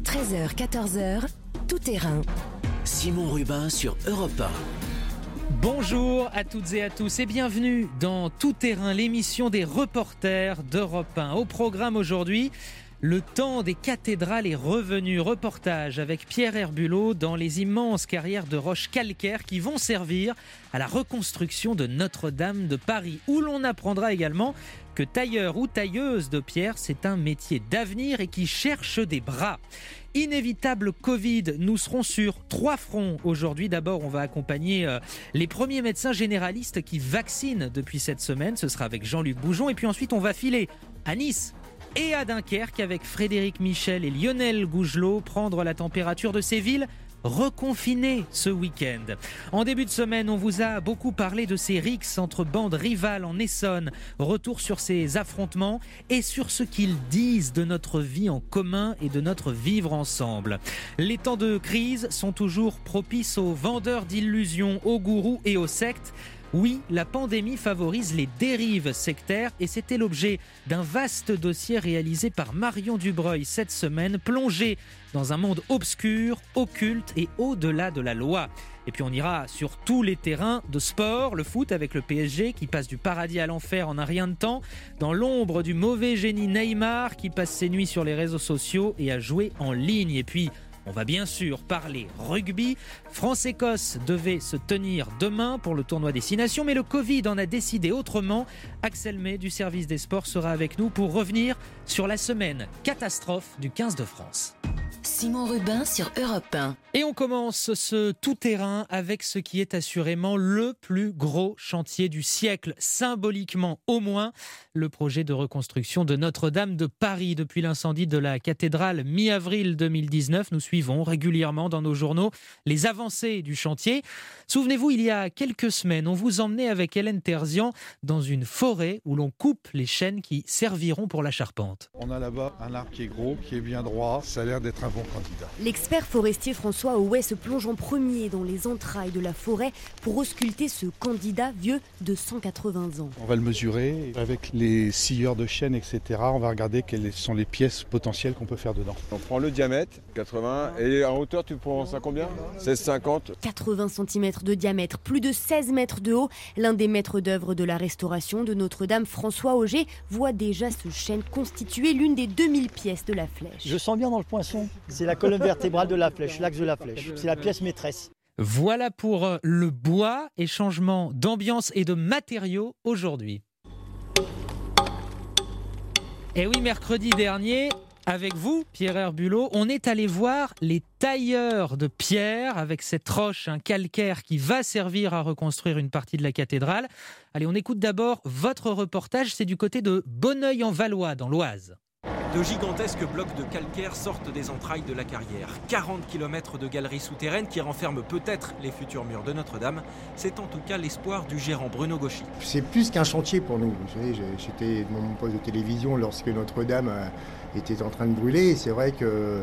13h, 14h, tout terrain. Simon Rubin sur Europe 1. Bonjour à toutes et à tous et bienvenue dans Tout Terrain, l'émission des reporters d'Europe 1. Au programme aujourd'hui, le temps des cathédrales est revenu. Reportage avec Pierre Herbulot dans les immenses carrières de roches calcaires qui vont servir à la reconstruction de Notre-Dame de Paris, où l'on apprendra également que tailleur ou tailleuse de pierre, c'est un métier d'avenir et qui cherche des bras. Inévitable Covid, nous serons sur 3 fronts aujourd'hui. D'abord, on va accompagner les premiers médecins généralistes qui vaccinent depuis cette semaine. Ce sera avec Jean-Luc Boujon. Et puis ensuite, on va filer à Nice et à Dunkerque avec Frédéric Michel et Lionel Gougelot, prendre la température de ces villes reconfinées ce week-end. En début de semaine, on vous a beaucoup parlé de ces rixes entre bandes rivales en Essonne. Retour sur ces affrontements et sur ce qu'ils disent de notre vie en commun et de notre vivre ensemble. Les temps de crise sont toujours propices aux vendeurs d'illusions, aux gourous et aux sectes. Oui, la pandémie favorise les dérives sectaires et c'était l'objet d'un vaste dossier réalisé par Marion Dubreuil cette semaine, plongé dans un monde obscur, occulte et au-delà de la loi. Et puis on ira sur tous les terrains de sport, le foot avec le PSG qui passe du paradis à l'enfer en un rien de temps, dans l'ombre du mauvais génie Neymar qui passe ses nuits sur les réseaux sociaux et a joué en ligne. Et puis on va bien sûr parler rugby. France-Écosse devait se tenir demain pour le tournoi des 6 nations, mais le Covid en a décidé autrement. Axel May du service des sports sera avec nous pour revenir sur la semaine catastrophe du 15 de France. Simon Rubin sur Europe 1. Et on commence ce tout-terrain avec ce qui est assurément le plus gros chantier du siècle, symboliquement au moins, le projet de reconstruction de Notre-Dame de Paris. Depuis l'incendie de la cathédrale mi-avril 2019, nous suivons régulièrement dans nos journaux les avancées du chantier. Souvenez-vous, il y a quelques semaines, on vous emmenait avec Hélène Terzian dans une forêt où l'on coupe les chênes qui serviront pour la charpente. On a là-bas un arbre qui est gros, qui est bien droit, ça a l'air d'être un bon candidat. L'expert forestier François Houet se plonge en premier dans les entrailles de la forêt pour ausculter ce candidat vieux de 180 ans. On va le mesurer avec les scieurs de chêne, etc. On va regarder quelles sont les pièces potentielles qu'on peut faire dedans. On prend le diamètre, 80, et en hauteur tu prends ça combien ? 16,50. 80 cm de diamètre, plus de 16 mètres de haut. L'un des maîtres d'œuvre de la restauration de Notre-Dame, François Auger, voit déjà ce chêne constituer l'une des 2000 pièces de la flèche. Je sens bien dans le poinçon, c'est la colonne vertébrale de la flèche, l'axe de la flèche. C'est la pièce maîtresse. Voilà pour le bois et changement d'ambiance et de matériaux aujourd'hui. Et oui, mercredi dernier, avec vous, Pierre Herbulot, on est allé voir les tailleurs de pierre avec cette roche, un calcaire qui va servir à reconstruire une partie de la cathédrale. Allez, on écoute d'abord votre reportage, c'est du côté de Bonneuil-en-Valois, dans l'Oise. De gigantesques blocs de calcaire sortent des entrailles de la carrière. 40 km de galeries souterraines qui renferment peut-être les futurs murs de Notre-Dame. C'est en tout cas l'espoir du gérant Bruno Gauchy. C'est plus qu'un chantier pour nous. Vous savez, j'étais dans mon poste de télévision lorsque Notre-Dame était en train de brûler. C'est vrai que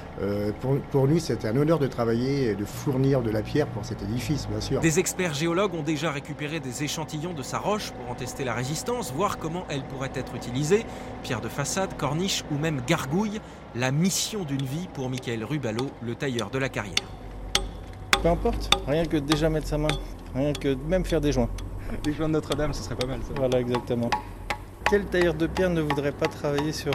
pour nous, c'était un honneur de travailler et de fournir de la pierre pour cet édifice, bien sûr. Des experts géologues ont déjà récupéré des échantillons de sa roche pour en tester la résistance, voir comment elle pourrait être utilisée. Pierre de façade, corniche ou même gargouille, la mission d'une vie pour Michael Rubalo, le tailleur de la carrière. Peu importe, rien que déjà mettre sa main, rien que même faire des joints. Des joints de Notre-Dame, ce serait pas mal ça. Voilà, exactement. Quel tailleur de pierre ne voudrait pas travailler sur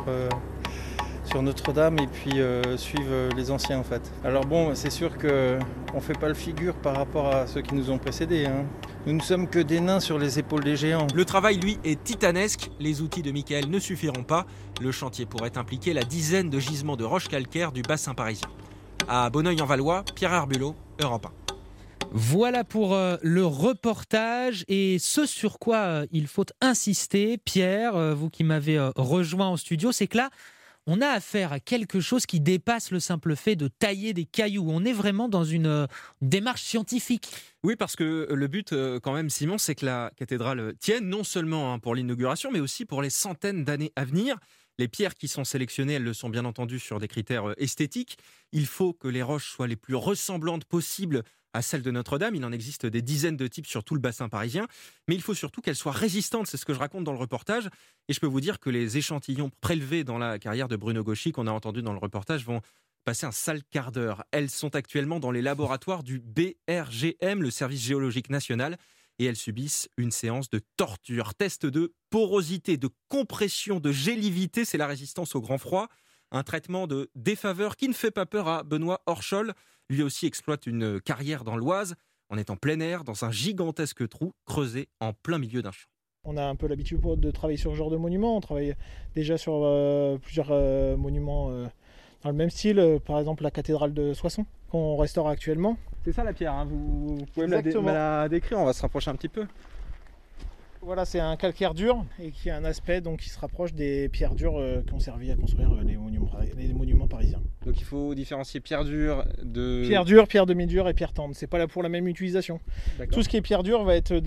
Notre-Dame et puis suivre les anciens en fait. Alors bon, c'est sûr qu'on ne fait pas le figure par rapport à ceux qui nous ont précédés. Nous ne sommes que des nains sur les épaules des géants. Le travail, lui, est titanesque. Les outils de Michael ne suffiront pas. Le chantier pourrait impliquer la dizaine de gisements de roches calcaires du bassin parisien. À Bonneuil-en-Valois, Pierre Herbulot, Europe 1. Voilà pour le reportage et ce sur quoi il faut insister, Pierre, vous qui m'avez rejoint en studio, c'est que là, on a affaire à quelque chose qui dépasse le simple fait de tailler des cailloux. On est vraiment dans une démarche scientifique. Oui, parce que le but, quand même, Simon, c'est que la cathédrale tienne, non seulement pour l'inauguration, mais aussi pour les centaines d'années à venir. Les pierres qui sont sélectionnées, elles le sont bien entendu sur des critères esthétiques. Il faut que les roches soient les plus ressemblantes possibles à celle de Notre-Dame. Il en existe des dizaines de types sur tout le bassin parisien. Mais il faut surtout qu'elles soient résistantes. C'est ce que je raconte dans le reportage. Et je peux vous dire que les échantillons prélevés dans la carrière de Bruno Gauchy, qu'on a entendu dans le reportage, vont passé un sale quart d'heure. Elles sont actuellement dans les laboratoires du BRGM, le service géologique national, et elles subissent une séance de torture. Test de porosité, de compression, de gélivité, c'est la résistance au grand froid. Un traitement de défaveur qui ne fait pas peur à Benoît Orchol. Lui aussi exploite une carrière dans l'Oise. On est en plein air, dans un gigantesque trou creusé en plein milieu d'un champ. On a un peu l'habitude de travailler sur ce genre de monuments. On travaille déjà sur plusieurs monuments dans le même style. Par exemple, la cathédrale de Soissons, qu'on restaure actuellement. C'est ça la pierre, hein. Vous pouvez me la décrire, on va se rapprocher un petit peu. Voilà, c'est un calcaire dur et qui a un aspect qui se rapproche des pierres dures qui ont servi à construire les monuments parisiens. Donc il faut différencier pierre dure de... Pierre dure, pierre demi-dure et pierre tendre. C'est pas là pour la même utilisation. D'accord. Tout ce qui est pierre dure va être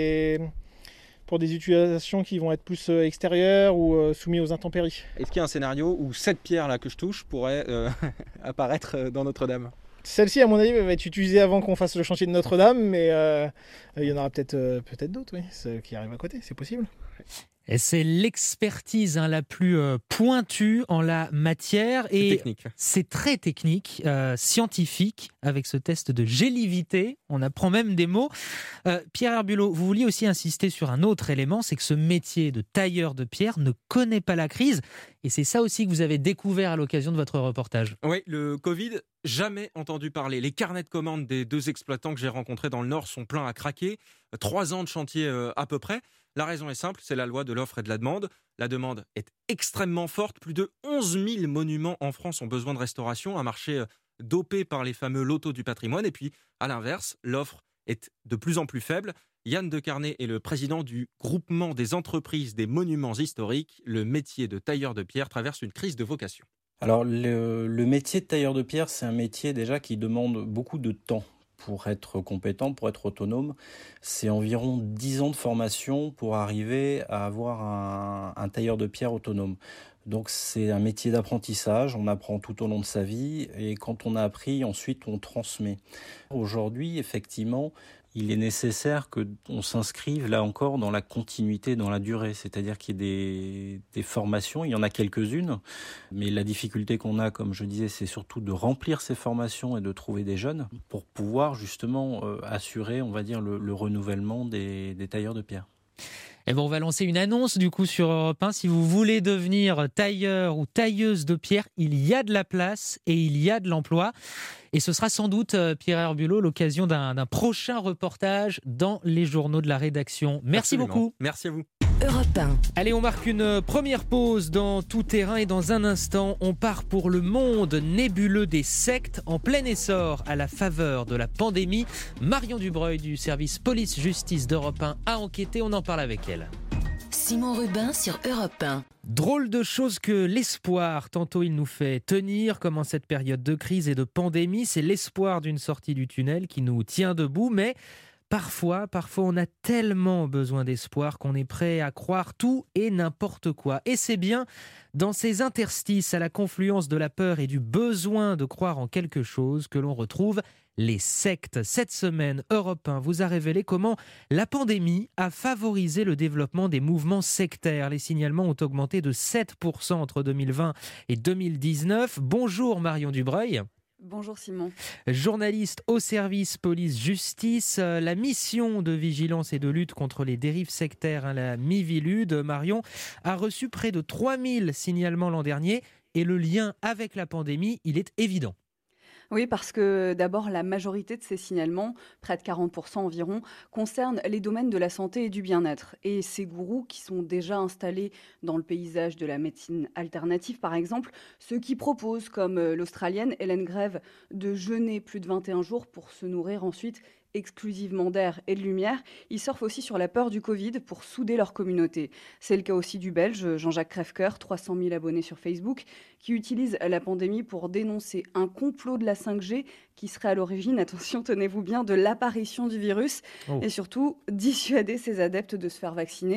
pour des utilisations qui vont être plus extérieures ou soumises aux intempéries. Est-ce qu'il y a un scénario où cette pierre-là que je touche pourrait apparaître dans Notre-Dame ? Celle-ci, à mon avis, va être utilisée avant qu'on fasse le chantier de Notre-Dame, mais il y en aura peut-être d'autres, oui, ceux qui arrivent à côté, c'est possible. Et c'est l'expertise la plus pointue en la matière. C'est technique. C'est très technique, scientifique, avec ce test de gélivité. On apprend même des mots. Pierre Herbulot, vous vouliez aussi insister sur un autre élément, c'est que ce métier de tailleur de pierre ne connaît pas la crise. Et c'est ça aussi que vous avez découvert à l'occasion de votre reportage. Oui, le Covid, jamais entendu parler. Les carnets de commandes des 2 exploitants que j'ai rencontrés dans le Nord sont pleins à craquer. 3 ans de chantier à peu près. La raison est simple, c'est la loi de l'offre et de la demande. La demande est extrêmement forte. Plus de 11 000 monuments en France ont besoin de restauration. Un marché dopé par les fameux lotos du patrimoine. Et puis, à l'inverse, l'offre est de plus en plus faible. Yann Decarné est le président du groupement des entreprises des monuments historiques. Le métier de tailleur de pierre traverse une crise de vocation. Alors, le métier de tailleur de pierre, c'est un métier déjà qui demande beaucoup de temps. Pour être compétent, pour être autonome, c'est environ 10 ans de formation pour arriver à avoir un tailleur de pierre autonome. Donc c'est un métier d'apprentissage, on apprend tout au long de sa vie et quand on a appris, ensuite on transmet. Aujourd'hui, effectivement, il est nécessaire qu'on s'inscrive là encore dans la continuité, dans la durée. C'est-à-dire qu'il y ait des formations, il y en a quelques-unes, mais la difficulté qu'on a, comme je disais, c'est surtout de remplir ces formations et de trouver des jeunes pour pouvoir justement assurer, on va dire, le renouvellement des tailleurs de pierre. Et on va lancer une annonce du coup sur Europe 1. Si vous voulez devenir tailleur ou tailleuse de pierre, il y a de la place et il y a de l'emploi. Et ce sera sans doute, Pierre Herbulot, l'occasion d'un prochain reportage dans les journaux de la rédaction. Merci Absolument. beaucoup. Merci à vous. Europe 1. Allez, on marque une première pause dans Tout Terrain et dans un instant, on part pour le monde nébuleux des sectes en plein essor à la faveur de la pandémie. Marion Dubreuil du service police-justice d'Europe 1 a enquêté, on en parle avec elle. Simon Rubin sur Europe 1. Drôle de chose que l'espoir, tantôt il nous fait tenir, comme en cette période de crise et de pandémie, c'est l'espoir d'une sortie du tunnel qui nous tient debout, mais parfois on a tellement besoin d'espoir qu'on est prêt à croire tout et n'importe quoi. Et c'est bien dans ces interstices à la confluence de la peur et du besoin de croire en quelque chose que l'on retrouve les sectes. Cette semaine, Europe 1 vous a révélé comment la pandémie a favorisé le développement des mouvements sectaires. Les signalements ont augmenté de 7% entre 2020 et 2019. Bonjour Marion Dubreuil. Bonjour Simon. Journaliste au service police-justice, la mission de vigilance et de lutte contre les dérives sectaires, la Mivilude, Marion, a reçu près de 3000 signalements l'an dernier et le lien avec la pandémie, il est évident. Oui, parce que d'abord, la majorité de ces signalements, près de 40% environ, concernent les domaines de la santé et du bien-être. Et ces gourous qui sont déjà installés dans le paysage de la médecine alternative, par exemple, ceux qui proposent, comme l'Australienne Hélène Grève, de jeûner plus de 21 jours pour se nourrir ensuite exclusivement d'air et de lumière, ils surfent aussi sur la peur du Covid pour souder leur communauté. C'est le cas aussi du Belge Jean-Jacques Crèvecoeur, 300 000 abonnés sur Facebook, qui utilise la pandémie pour dénoncer un complot de la 5G qui serait à l'origine, attention, tenez-vous bien, de l'apparition du virus et surtout dissuader ses adeptes de se faire vacciner.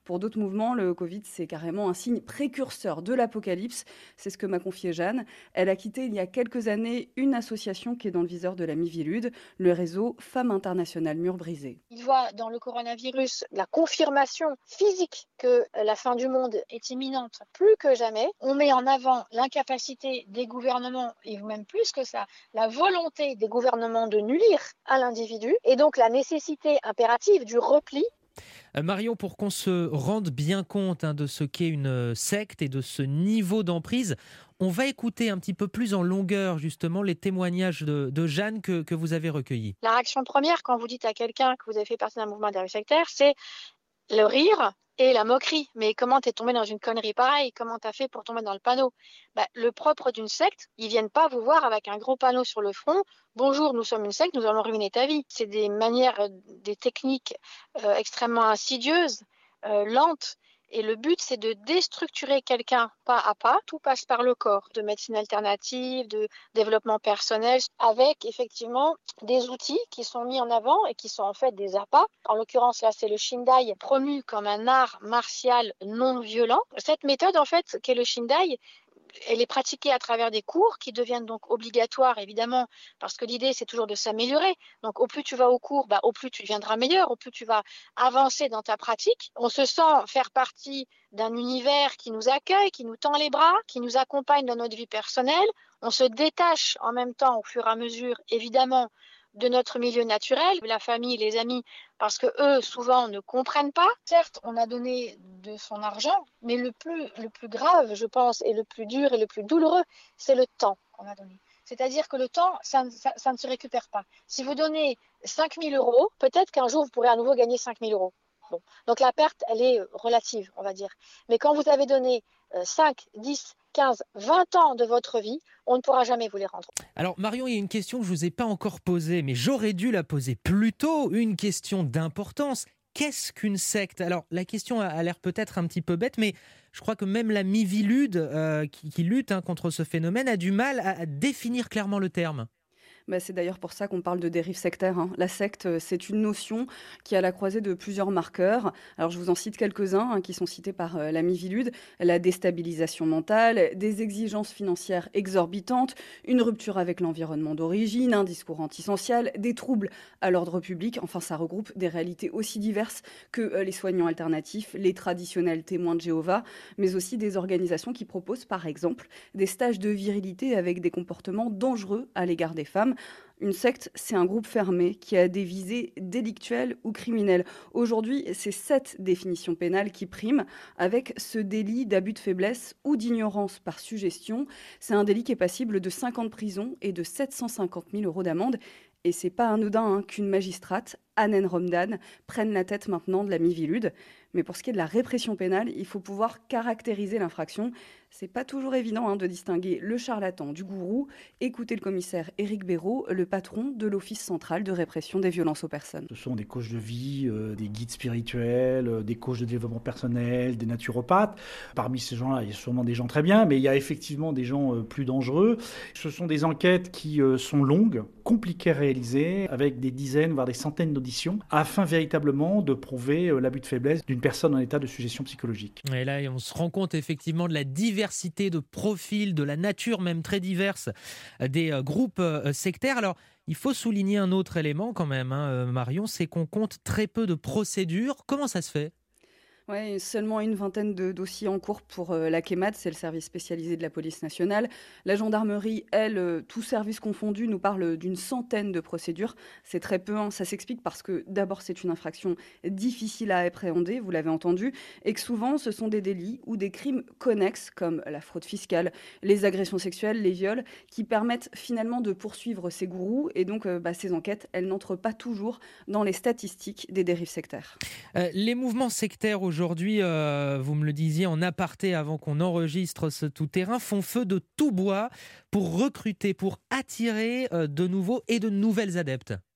Pour d'autres mouvements, le Covid, c'est carrément un signe précurseur de l'apocalypse. C'est ce que m'a confié Jeanne. Elle a quitté il y a quelques années une association qui est dans le viseur de la Miviludes, le réseau Femmes Internationales Murs Brisés. Il voit dans le coronavirus la confirmation physique que la fin du monde est imminente plus que jamais. On met en avant l'incapacité des gouvernements, et même plus que ça, la volonté des gouvernements de nuire à l'individu, et donc la nécessité impérative du repli. Marion, pour qu'on se rende bien compte de ce qu'est une secte et de ce niveau d'emprise, on va écouter un petit peu plus en longueur justement les témoignages de Jeanne que vous avez recueillis. La réaction première quand vous dites à quelqu'un que vous avez fait partie d'un mouvement dérive sectaire, c'est le rire et la moquerie. Mais comment t'es tombé dans une connerie pareille? Comment t'as fait pour tomber dans le panneau? Le propre d'une secte, ils viennent pas vous voir avec un gros panneau sur le front. Bonjour, nous sommes une secte, nous allons ruiner ta vie. C'est des manières, des techniques extrêmement insidieuses, lentes. Et le but, c'est de déstructurer quelqu'un pas à pas. Tout passe par le corps, de médecine alternative, de développement personnel, avec effectivement des outils qui sont mis en avant et qui sont en fait des appâts. En l'occurrence, là, c'est le Shindai, promu comme un art martial non violent. Cette méthode, en fait, qu'est le Shindai, elle est pratiquée à travers des cours qui deviennent donc obligatoires, évidemment, parce que l'idée, c'est toujours de s'améliorer. Donc, au plus tu vas au cours, au plus tu deviendras meilleur, au plus tu vas avancer dans ta pratique. On se sent faire partie d'un univers qui nous accueille, qui nous tend les bras, qui nous accompagne dans notre vie personnelle. On se détache en même temps, au fur et à mesure, évidemment, de notre milieu naturel, la famille, les amis, parce que eux, souvent, ne comprennent pas. Certes, on a donné de son argent, mais le plus grave, je pense, et le plus dur et le plus douloureux, c'est le temps qu'on a donné. C'est-à-dire que le temps, ça ne se récupère pas. Si vous donnez 5 000 €, peut-être qu'un jour, vous pourrez à nouveau gagner 5 000 €. Bon. Donc la perte, elle est relative, on va dire. Mais quand vous avez donné 5, 10, 15, 20 ans de votre vie, on ne pourra jamais vous les rendre. Alors Marion, il y a une question que je ne vous ai pas encore posée, mais j'aurais dû la poser plus tôt, une question d'importance. Qu'est-ce qu'une secte? Alors la question a l'air peut-être un petit peu bête, mais je crois que même la Miviludes, qui lutte contre ce phénomène, a du mal à définir clairement le terme. C'est d'ailleurs pour ça qu'on parle de dérive sectaire. La secte, c'est une notion qui est à la croisée de plusieurs marqueurs. Alors je vous en cite quelques-uns qui sont cités par la Miviludes. La déstabilisation mentale, des exigences financières exorbitantes, une rupture avec l'environnement d'origine, un discours antisocial, des troubles à l'ordre public. Enfin, ça regroupe des réalités aussi diverses que les soignants alternatifs, les traditionnels témoins de Jéhovah, mais aussi des organisations qui proposent par exemple des stages de virilité avec des comportements dangereux à l'égard des femmes. Une secte, c'est un groupe fermé qui a des visées délictuelles ou criminelles. Aujourd'hui, c'est 7 définitions pénales qui priment, avec ce délit d'abus de faiblesse ou d'ignorance par suggestion. C'est un délit qui est passible de 5 ans de prison et de 750 000 € d'amende. Et c'est pas anodin qu'une magistrate, Hanen Romdan, prenne la tête maintenant de la Miviludes. Mais pour ce qui est de la répression pénale, il faut pouvoir caractériser l'infraction. C'est pas toujours évident de distinguer le charlatan du gourou. Écoutez le commissaire Éric Béraud, le patron de l'Office central de répression des violences aux personnes. Ce sont des coachs de vie, des guides spirituels, des coachs de développement personnel, des naturopathes. Parmi ces gens-là, il y a sûrement des gens très bien, mais il y a effectivement des gens plus dangereux. Ce sont des enquêtes qui sont longues, compliquées à réaliser, avec des dizaines, voire des centaines d'auditions, afin véritablement de prouver l'abus de faiblesse d'une personne en état de suggestion psychologique. Et là, on se rend compte effectivement de la diversité de profils, de la nature même très diverse des groupes sectaires. Alors, il faut souligner un autre élément quand même, Marion, c'est qu'on compte très peu de procédures. Comment ça se fait ? Oui, seulement une vingtaine de dossiers en cours pour la KEMAD, c'est le service spécialisé de la police nationale. La gendarmerie, elle, tout service confondu, nous parle d'une centaine de procédures. C'est très peu, ça s'explique parce que d'abord c'est une infraction difficile à appréhender, vous l'avez entendu, et que souvent ce sont des délits ou des crimes connexes comme la fraude fiscale, les agressions sexuelles, les viols, qui permettent finalement de poursuivre ces gourous. Et donc ces enquêtes, elles n'entrent pas toujours dans les statistiques des dérives sectaires. Les mouvements sectaires aujourd'hui, vous me le disiez en aparté avant qu'on enregistre ce tout-terrain, font feu de tout bois pour recruter, pour attirer de nouveaux et de nouvelles adeptes.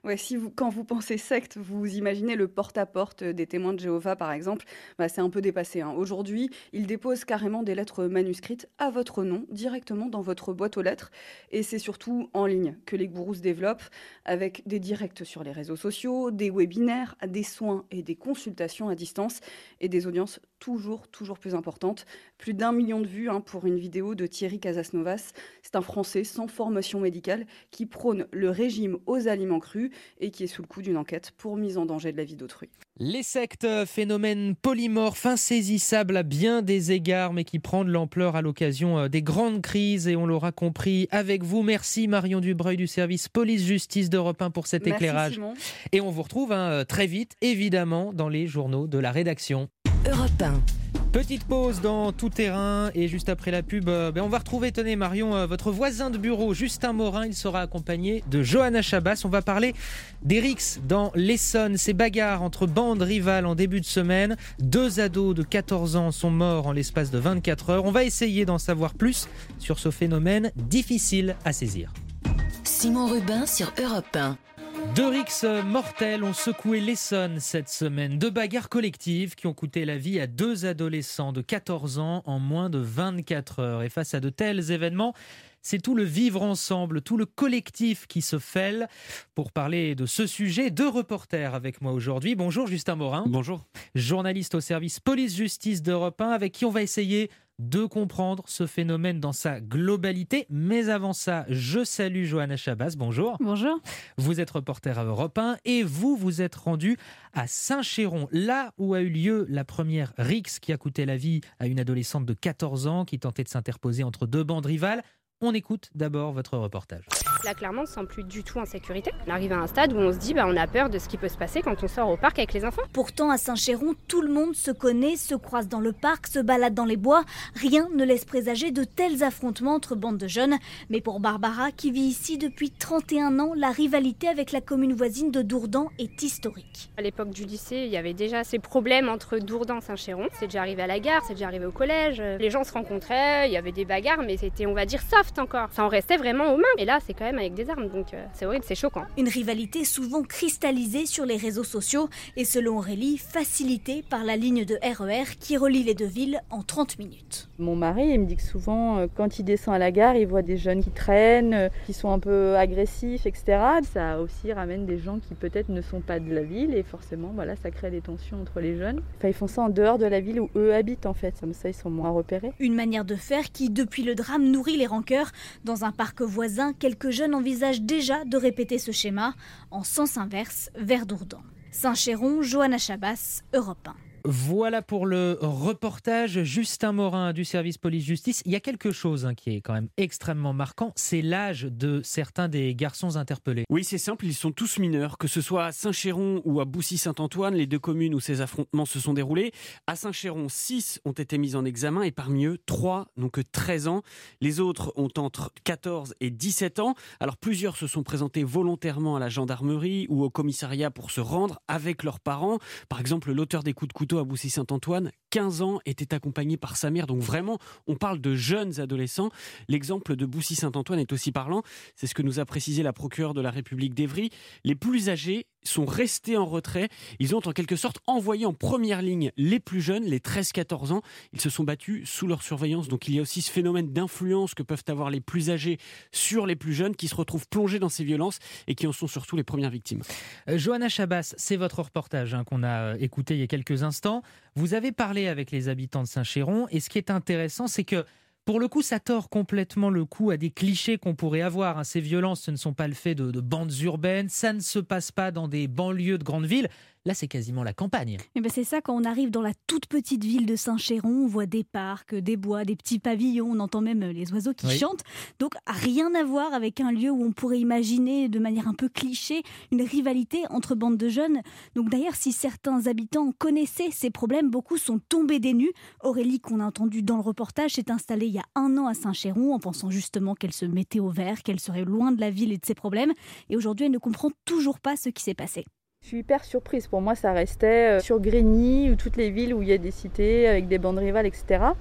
Ouais, quand vous pensez secte, vous imaginez le porte-à-porte des témoins de Jéhovah, par exemple. C'est un peu dépassé. Aujourd'hui, ils déposent carrément des lettres manuscrites à votre nom, directement dans votre boîte aux lettres. Et c'est surtout en ligne que les gourous se développent, avec des directs sur les réseaux sociaux, des webinaires, des soins et des consultations à distance, et des audiences toujours plus importantes. Plus d'1 million de vues pour une vidéo de Thierry Casasnovas. C'est un Français sans formation médicale qui prône le régime aux aliments crus et qui est sous le coup d'une enquête pour mise en danger de la vie d'autrui. Les sectes, phénomène polymorphe, insaisissable à bien des égards, mais qui prend de l'ampleur à l'occasion des grandes crises, et on l'aura compris avec vous. Merci Marion Dubreuil du service police-justice d'Europe 1 pour cet éclairage. Simon. Et on vous retrouve très vite, évidemment, dans les journaux de la rédaction. Europe 1. Petite pause dans Tout Terrain, et juste après la pub, on va retrouver, tenez Marion, votre voisin de bureau, Justin Morin. Il sera accompagné de Johanna Chabas. On va parler des rixes dans l'Essonne, ces bagarres entre bandes rivales en début de semaine. 2 ados de 14 ans sont morts en l'espace de 24 heures. On va essayer d'en savoir plus sur ce phénomène difficile à saisir. Simon Rubin sur Europe 1. 2 rixes mortels ont secoué l'Essonne cette semaine. 2 bagarres collectives qui ont coûté la vie à 2 adolescents de 14 ans en moins de 24 heures. Et face à de tels événements, c'est tout le vivre ensemble, tout le collectif qui se fêle. Pour parler de ce sujet, 2 reporters avec moi aujourd'hui. Bonjour Justin Morin. Bonjour. Journaliste au service police-justice d'Europe 1, avec qui on va essayer de comprendre ce phénomène dans sa globalité. Mais avant ça, je salue Johanna Chabas. Bonjour. Bonjour. Vous êtes reporter à Europe 1 et vous êtes rendu à Saint-Chéron, là où a eu lieu la première rixe qui a coûté la vie à une adolescente de 14 ans qui tentait de s'interposer entre 2 bandes rivales. On écoute d'abord votre reportage. Là, clairement, on ne se sent plus du tout en sécurité. On arrive à un stade où on se dit on a peur de ce qui peut se passer quand on sort au parc avec les enfants. Pourtant, à Saint-Chéron, tout le monde se connaît, se croise dans le parc, se balade dans les bois. Rien ne laisse présager de tels affrontements entre bandes de jeunes. Mais pour Barbara, qui vit ici depuis 31 ans, la rivalité avec la commune voisine de Dourdan est historique. À l'époque du lycée, il y avait déjà ces problèmes entre Dourdan et Saint-Chéron. C'est déjà arrivé à la gare, c'est déjà arrivé au collège. Les gens se rencontraient, il y avait des bagarres, mais c'était, on va dire, soft encore. Ça en restait vraiment aux mains. Et là, c'est quand même avec des armes, donc c'est horrible, c'est choquant. Une rivalité souvent cristallisée sur les réseaux sociaux et selon Aurélie, facilitée par la ligne de RER qui relie les 2 villes en 30 minutes. Mon mari, il me dit que souvent, quand il descend à la gare, il voit des jeunes qui traînent, qui sont un peu agressifs, etc. Ça aussi ramène des gens qui peut-être ne sont pas de la ville et forcément, voilà, ça crée des tensions entre les jeunes. Enfin, ils font ça en dehors de la ville où eux habitent en fait, comme ça ils sont moins repérés. Une manière de faire qui, depuis le drame, nourrit les rancœurs. Dans un parc voisin, quelques jeunes envisagent déjà de répéter ce schéma en sens inverse vers Dourdan. Saint-Chéron, Johanna Chabas, Europe 1. Voilà pour le reportage. Justin Morin du service police-justice. Il y a quelque chose qui est quand même extrêmement marquant, c'est l'âge de certains des garçons interpellés. Oui, c'est simple, ils sont tous mineurs, que ce soit à Saint-Chéron ou à Boussy-Saint-Antoine, les 2 communes où ces affrontements se sont déroulés. À Saint-Chéron, 6 ont été mis en examen et parmi eux, 3 n'ont que 13 ans. Les autres ont entre 14 et 17 ans. Alors plusieurs se sont présentés volontairement à la gendarmerie ou au commissariat pour se rendre avec leurs parents. Par exemple, l'auteur des coups de couteau à Boussy-Saint-Antoine, 15 ans, était accompagné par sa mère. Donc vraiment, on parle de jeunes adolescents. L'exemple de Boussy-Saint-Antoine est aussi parlant. C'est ce que nous a précisé la procureure de la République d'Évry. Les plus âgés sont restés en retrait. Ils ont en quelque sorte envoyé en première ligne les plus jeunes, les 13-14 ans. Ils se sont battus sous leur surveillance. Donc il y a aussi ce phénomène d'influence que peuvent avoir les plus âgés sur les plus jeunes qui se retrouvent plongés dans ces violences et qui en sont surtout les premières victimes. Johanna Chabas, c'est votre reportage qu'on a écouté il y a quelques instants. Vous avez parlé avec les habitants de Saint-Chéron et ce qui est intéressant, c'est que pour le coup, ça tord complètement le coup à des clichés qu'on pourrait avoir. Ces violences, ce ne sont pas le fait de bandes urbaines, ça ne se passe pas dans des banlieues de grandes villes. Là, c'est quasiment la campagne. Et c'est ça, quand on arrive dans la toute petite ville de Saint-Chéron, on voit des parcs, des bois, des petits pavillons, on entend même les oiseaux qui chantent. Donc, rien à voir avec un lieu où on pourrait imaginer de manière un peu cliché une rivalité entre bandes de jeunes. Donc d'ailleurs, si certains habitants connaissaient ces problèmes, beaucoup sont tombés des nues. Aurélie, qu'on a entendue dans le reportage, s'est installée il y a 1 an à Saint-Chéron en pensant justement qu'elle se mettait au vert, qu'elle serait loin de la ville et de ses problèmes. Et aujourd'hui, elle ne comprend toujours pas ce qui s'est passé. Je suis hyper surprise. Pour moi, ça restait sur Grigny ou toutes les villes où il y a des cités avec des bandes rivales, etc.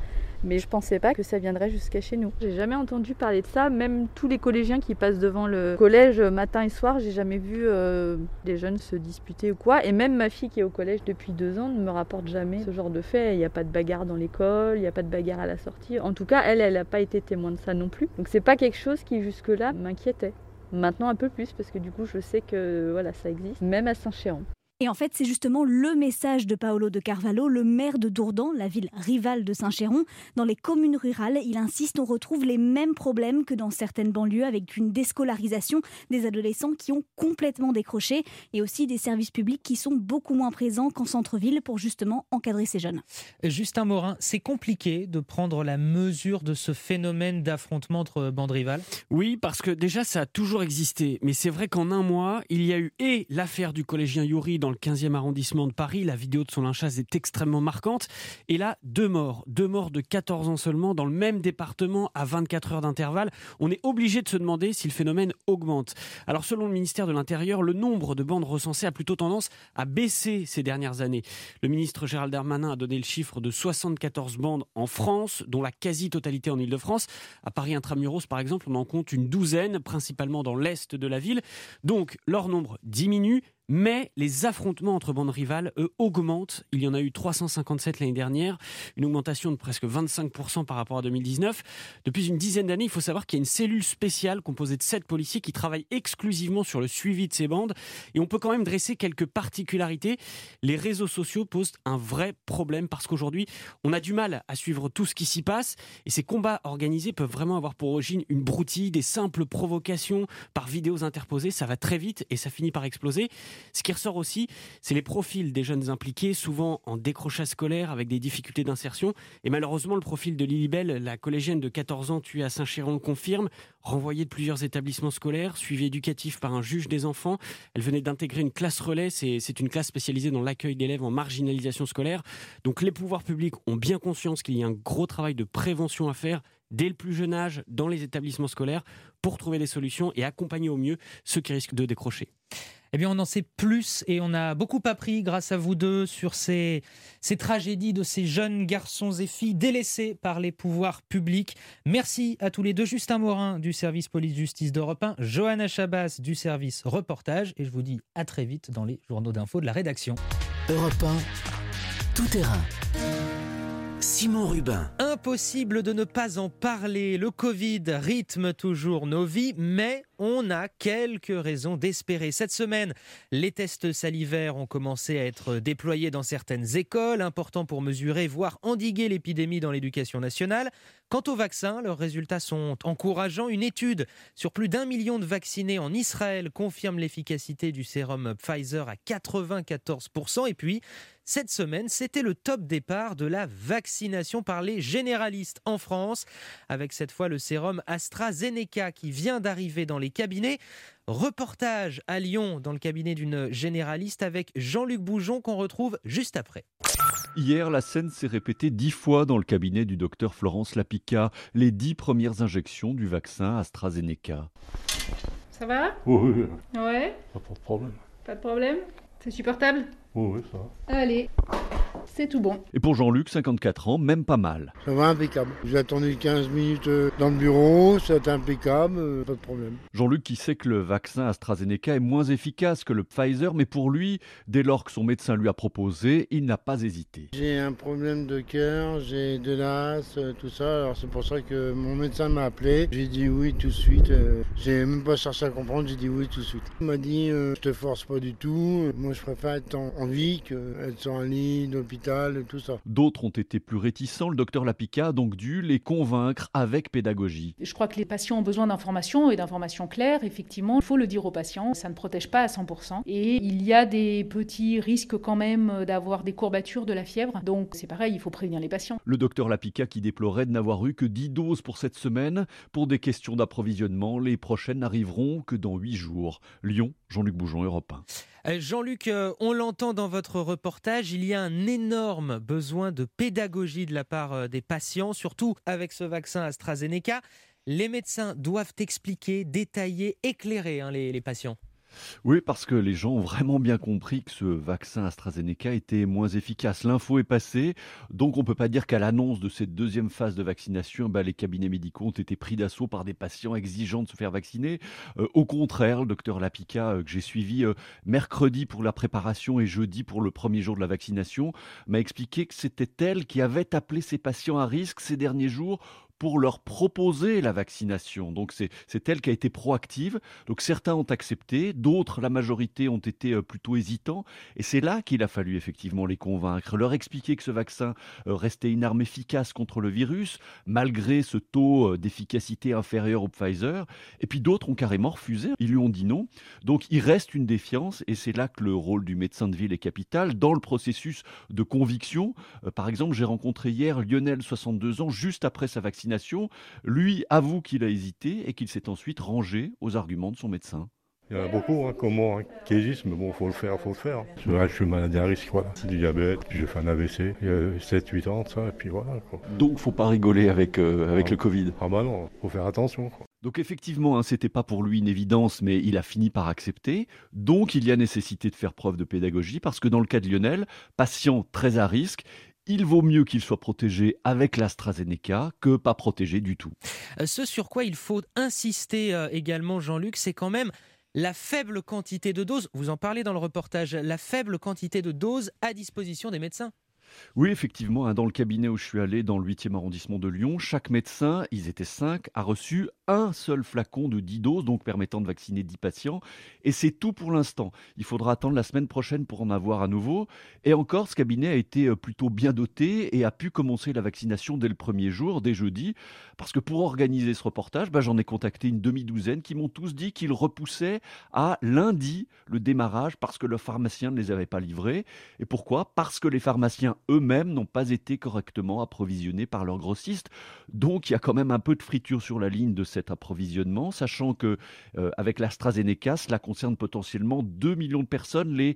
Mais je pensais pas que ça viendrait jusqu'à chez nous. J'ai jamais entendu parler de ça, même tous les collégiens qui passent devant le collège matin et soir, j'ai jamais vu des jeunes se disputer ou quoi. Et même ma fille qui est au collège depuis 2 ans ne me rapporte jamais ce genre de fait. Il n'y a pas de bagarre dans l'école, il n'y a pas de bagarre à la sortie. En tout cas, elle n'a pas été témoin de ça non plus. Donc c'est pas quelque chose qui jusque-là m'inquiétait. Maintenant un peu plus parce que du coup je sais que voilà, ça existe, même à Saint-Chéron. Et en fait, c'est justement le message de Paolo de Carvalho, le maire de Dourdan, la ville rivale de Saint-Chéron. Dans les communes rurales, il insiste, on retrouve les mêmes problèmes que dans certaines banlieues, avec une déscolarisation des adolescents qui ont complètement décroché et aussi des services publics qui sont beaucoup moins présents qu'en centre-ville pour justement encadrer ces jeunes. Justin Morin, c'est compliqué de prendre la mesure de ce phénomène d'affrontement entre bandes rivales ? Oui, parce que déjà, ça a toujours existé. Mais c'est vrai qu'en un mois, il y a eu l'affaire du collégien Youri dans le 15e arrondissement de Paris. La vidéo de son lynchage est extrêmement marquante. Et là, 2 morts de 14 ans seulement dans le même département à 24 heures d'intervalle. On est obligé de se demander si le phénomène augmente. Alors selon le ministère de l'Intérieur, le nombre de bandes recensées a plutôt tendance à baisser ces dernières années. Le ministre Gérald Darmanin a donné le chiffre de 74 bandes en France, dont la quasi-totalité en Ile-de-France. À Paris intramuros, par exemple, on en compte une douzaine, principalement dans l'est de la ville. Donc leur nombre diminue. Mais les affrontements entre bandes rivales, eux, augmentent. Il y en a eu 357 l'année dernière, une augmentation de presque 25% par rapport à 2019. Depuis une dizaine d'années, il faut savoir qu'il y a une cellule spéciale composée de 7 policiers qui travaillent exclusivement sur le suivi de ces bandes. Et on peut quand même dresser quelques particularités. Les réseaux sociaux posent un vrai problème parce qu'aujourd'hui, on a du mal à suivre tout ce qui s'y passe. Et ces combats organisés peuvent vraiment avoir pour origine une broutille, des simples provocations par vidéos interposées. Ça va très vite et ça finit par exploser. Ce qui ressort aussi, c'est les profils des jeunes impliqués, souvent en décrochage scolaire avec des difficultés d'insertion. Et malheureusement, le profil de Lilibelle, la collégienne de 14 ans tuée à Saint-Chéron, le confirme. Renvoyée de plusieurs établissements scolaires, suivi éducatif par un juge des enfants. Elle venait d'intégrer une classe relais. C'est une classe spécialisée dans l'accueil d'élèves en marginalisation scolaire. Donc les pouvoirs publics ont bien conscience qu'il y a un gros travail de prévention à faire dès le plus jeune âge dans les établissements scolaires pour trouver des solutions et accompagner au mieux ceux qui risquent de décrocher. Eh bien, on en sait plus et on a beaucoup appris grâce à vous deux sur ces tragédies de ces jeunes garçons et filles délaissés par les pouvoirs publics. Merci à tous les deux. Justin Morin du service police-justice d'Europe 1, Johanna Chabas du service reportage. Et je vous dis à très vite dans les journaux d'info de la rédaction. Europe 1, tout terrain. Simon Rubin. Impossible de ne pas en parler. Le Covid rythme toujours nos vies, mais on a quelques raisons d'espérer. Cette semaine, les tests salivaires ont commencé à être déployés dans certaines écoles, important pour mesurer, voire endiguer l'épidémie dans l'éducation nationale. Quant aux vaccins, leurs résultats sont encourageants. Une étude sur plus d'1 million de vaccinés en Israël confirme l'efficacité du sérum Pfizer à 94%. Et puis, cette semaine, c'était le top départ de la vaccination par les généralistes en France, avec cette fois le sérum AstraZeneca qui vient d'arriver dans les cabinets. Reportage à Lyon dans le cabinet d'une généraliste avec Jean-Luc Boujon qu'on retrouve juste après. Hier, la scène s'est répétée 10 fois dans le cabinet du docteur Florence Lapica, les 10 premières injections du vaccin AstraZeneca. Ça va ? Oui. Ouais. Pas de problème. Pas de problème ? C'est supportable ? Oui, ça va. Allez, c'est tout bon. Et pour Jean-Luc, 54 ans, même pas mal. Ça va, impeccable. J'ai attendu 15 minutes dans le bureau, c'est impeccable, pas de problème. Jean-Luc qui sait que le vaccin AstraZeneca est moins efficace que le Pfizer, mais pour lui, dès lors que son médecin lui a proposé, il n'a pas hésité. J'ai un problème de cœur, j'ai de l'asthme, tout ça, alors c'est pour ça que mon médecin m'a appelé. J'ai dit oui tout de suite, j'ai même pas cherché à comprendre, j'ai dit oui tout de suite. Il m'a dit je te force pas du tout, moi je préfère être en vie qu'être sur un lit d'hôpital, tout ça. D'autres ont été plus réticents, le docteur Lapica a donc dû les convaincre avec pédagogie. Je crois que les patients ont besoin d'informations et d'informations claires, effectivement, il faut le dire aux patients, ça ne protège pas à 100% et il y a des petits risques quand même d'avoir des courbatures, de la fièvre, donc c'est pareil, il faut prévenir les patients. Le docteur Lapica qui déplorait de n'avoir eu que 10 doses pour cette semaine. Pour des questions d'approvisionnement, les prochaines n'arriveront que dans 8 jours. Lyon, Jean-Luc Boujon, Europe 1. Jean-Luc, on l'entend dans votre reportage, il y a un énorme besoin de pédagogie de la part des patients, surtout avec ce vaccin AstraZeneca. Les médecins doivent expliquer, détailler, éclairer les patients. Oui, parce que les gens ont vraiment bien compris que ce vaccin AstraZeneca était moins efficace. L'info est passée, donc on ne peut pas dire qu'à l'annonce de cette deuxième phase de vaccination, les cabinets médicaux ont été pris d'assaut par des patients exigeants de se faire vacciner. Au contraire, le docteur Lapika, que j'ai suivi mercredi pour la préparation et jeudi pour le premier jour de la vaccination, m'a expliqué que c'était elle qui avait appelé ses patients à risque ces derniers jours pour leur proposer la vaccination. Donc c'est elle qui a été proactive. Donc certains ont accepté, d'autres, la majorité, ont été plutôt hésitants. Et c'est là qu'il a fallu effectivement les convaincre, leur expliquer que ce vaccin restait une arme efficace contre le virus, malgré ce taux d'efficacité inférieur au Pfizer. Et puis d'autres ont carrément refusé, ils lui ont dit non. Donc il reste une défiance et c'est là que le rôle du médecin de ville est capital dans le processus de conviction. Par exemple, j'ai rencontré hier Lionel, 62 ans, juste après sa vaccination. Lui avoue qu'il a hésité et qu'il s'est ensuite rangé aux arguments de son médecin. Il y en a beaucoup comme moi qui hésitent, mais bon, faut le faire. Je suis maladie à risque, voilà. C'est du diabète, puis j'ai fait un AVC, il y a 7-8 ans, ça, et puis voilà, quoi. Donc faut pas rigoler avec le Covid. Ah bah non, faut faire attention, quoi. Donc effectivement, c'était pas pour lui une évidence, mais il a fini par accepter. Donc il y a nécessité de faire preuve de pédagogie, parce que dans le cas de Lionel, patient très à risque, il vaut mieux qu'il soit protégé avec l'AstraZeneca que pas protégé du tout. Ce sur quoi il faut insister également, Jean-Luc, c'est quand même la faible quantité de doses, vous en parlez dans le reportage, la faible quantité de doses à disposition des médecins. Oui, effectivement, dans le cabinet où je suis allé, dans le 8e arrondissement de Lyon, chaque médecin, ils étaient 5, a reçu un seul flacon de 10 doses, donc permettant de vacciner 10 patients. Et c'est tout pour l'instant. Il faudra attendre la semaine prochaine pour en avoir à nouveau. Et encore, ce cabinet a été plutôt bien doté et a pu commencer la vaccination dès le premier jour, dès jeudi. Parce que pour organiser ce reportage, j'en ai contacté une demi-douzaine qui m'ont tous dit qu'ils repoussaient à lundi le démarrage parce que le pharmacien ne les avait pas livrés. Et pourquoi ? Parce que les pharmaciens eux-mêmes n'ont pas été correctement approvisionnés par leurs grossistes. Donc il y a quand même un peu de friture sur la ligne de cet approvisionnement, sachant que avec l'AstraZeneca, cela concerne potentiellement 2 millions de personnes, les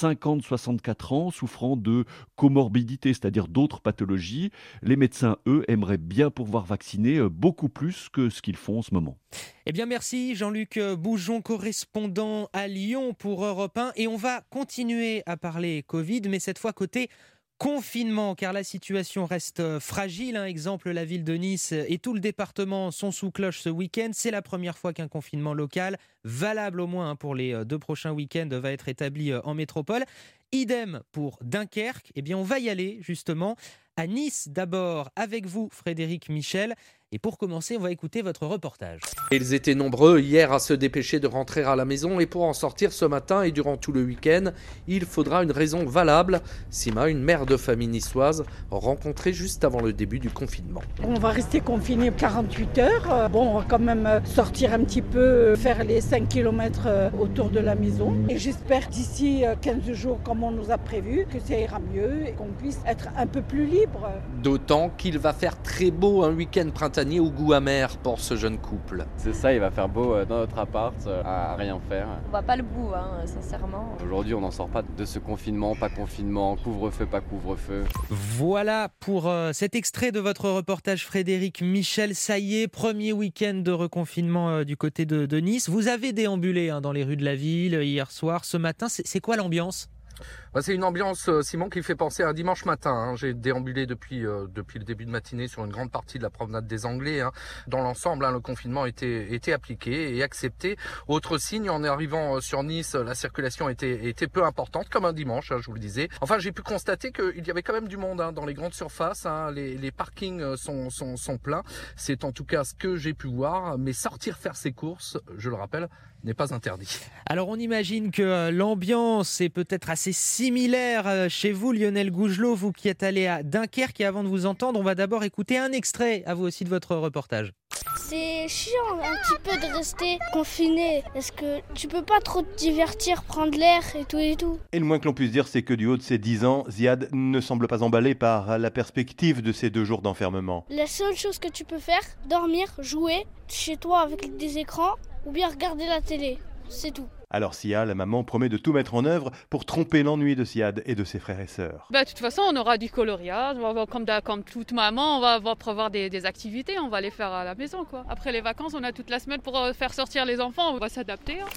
50-64 ans souffrant de comorbidité, c'est-à-dire d'autres pathologies. Les médecins, eux, aimeraient bien pouvoir vacciner beaucoup plus que ce qu'ils font en ce moment. Eh bien merci Jean-Luc Boujon, correspondant à Lyon pour Europe 1. Et on va continuer à parler Covid, mais cette fois côté confinement, car la situation reste fragile. Exemple, la ville de Nice et tout le département sont sous cloche ce week-end. C'est la première fois qu'un confinement local, valable au moins pour les 2 prochains week-ends, va être établi en métropole. Idem pour Dunkerque. Eh bien, on va y aller justement à Nice d'abord avec vous, Frédéric Michel. Et pour commencer, on va écouter votre reportage. Ils étaient nombreux hier à se dépêcher de rentrer à la maison et pour en sortir ce matin et durant tout le week-end, il faudra une raison valable. Sima, une mère de famille niçoise, rencontrée juste avant le début du confinement. On va rester confinés 48 heures. On va quand même sortir un petit peu, faire les 5 km autour de la maison. Et j'espère d'ici 15 jours, comme on nous a prévu, que ça ira mieux et qu'on puisse être un peu plus libre. D'autant qu'il va faire très beau un week-end printanier au goût amer pour ce jeune couple. C'est ça, il va faire beau dans notre appart, à rien faire. On voit pas le bout, sincèrement. Aujourd'hui, on n'en sort pas de ce confinement, pas confinement, couvre-feu, pas couvre-feu. Voilà pour cet extrait de votre reportage, Frédéric Michel. Ça y est, premier week-end de reconfinement du côté de Nice. Vous avez déambulé dans les rues de la ville hier soir, ce matin. C'est quoi l'ambiance ? C'est une ambiance, Simon, qui fait penser à un dimanche matin. J'ai déambulé depuis le début de matinée sur une grande partie de la promenade des Anglais. Dans l'ensemble, le confinement était appliqué et accepté. Autre signe, en arrivant sur Nice, la circulation était peu importante, comme un dimanche, je vous le disais. Enfin, j'ai pu constater qu'il y avait quand même du monde dans les grandes surfaces. Les parkings sont pleins. C'est en tout cas ce que j'ai pu voir. Mais sortir faire ses courses, je le rappelle, n'est pas interdit. Alors on imagine que l'ambiance est peut-être assez similaire chez vous, Lionel Gougelot, vous qui êtes allé à Dunkerque. Et avant de vous entendre, on va d'abord écouter un extrait à vous aussi de votre reportage. C'est chiant un petit peu de rester confiné, parce que tu peux pas trop te divertir, prendre l'air et tout. Et le moins que l'on puisse dire, c'est que du haut de ses 10 ans, Ziad ne semble pas emballé par la perspective de ces 2 jours d'enfermement. La seule chose que tu peux faire, dormir, jouer chez toi avec des écrans, ou bien regarder la télé, c'est tout. Alors Sia, la maman, promet de tout mettre en œuvre pour tromper l'ennui de Ziad et de ses frères et sœurs. De toute façon, on aura du coloriage, comme toute maman, on va prévoir des activités, on va les faire à la maison. Après les vacances, on a toute la semaine pour faire sortir les enfants, on va s'adapter.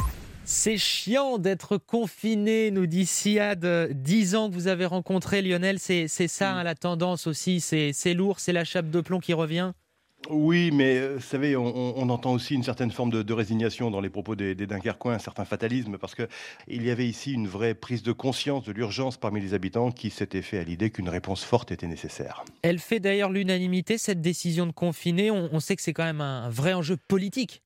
C'est chiant d'être confiné, nous dit Siad. 10 ans que vous avez rencontré Lionel, c'est ça hein, la tendance aussi, c'est lourd, c'est la chape de plomb qui revient. Oui, mais vous savez, on entend aussi une certaine forme de résignation dans les propos des Dunkerquois, un certain fatalisme, parce qu'il y avait ici une vraie prise de conscience de l'urgence parmi les habitants qui s'étaient fait à l'idée qu'une réponse forte était nécessaire. Elle fait d'ailleurs l'unanimité, cette décision de confiner. On sait que c'est quand même un vrai enjeu politique.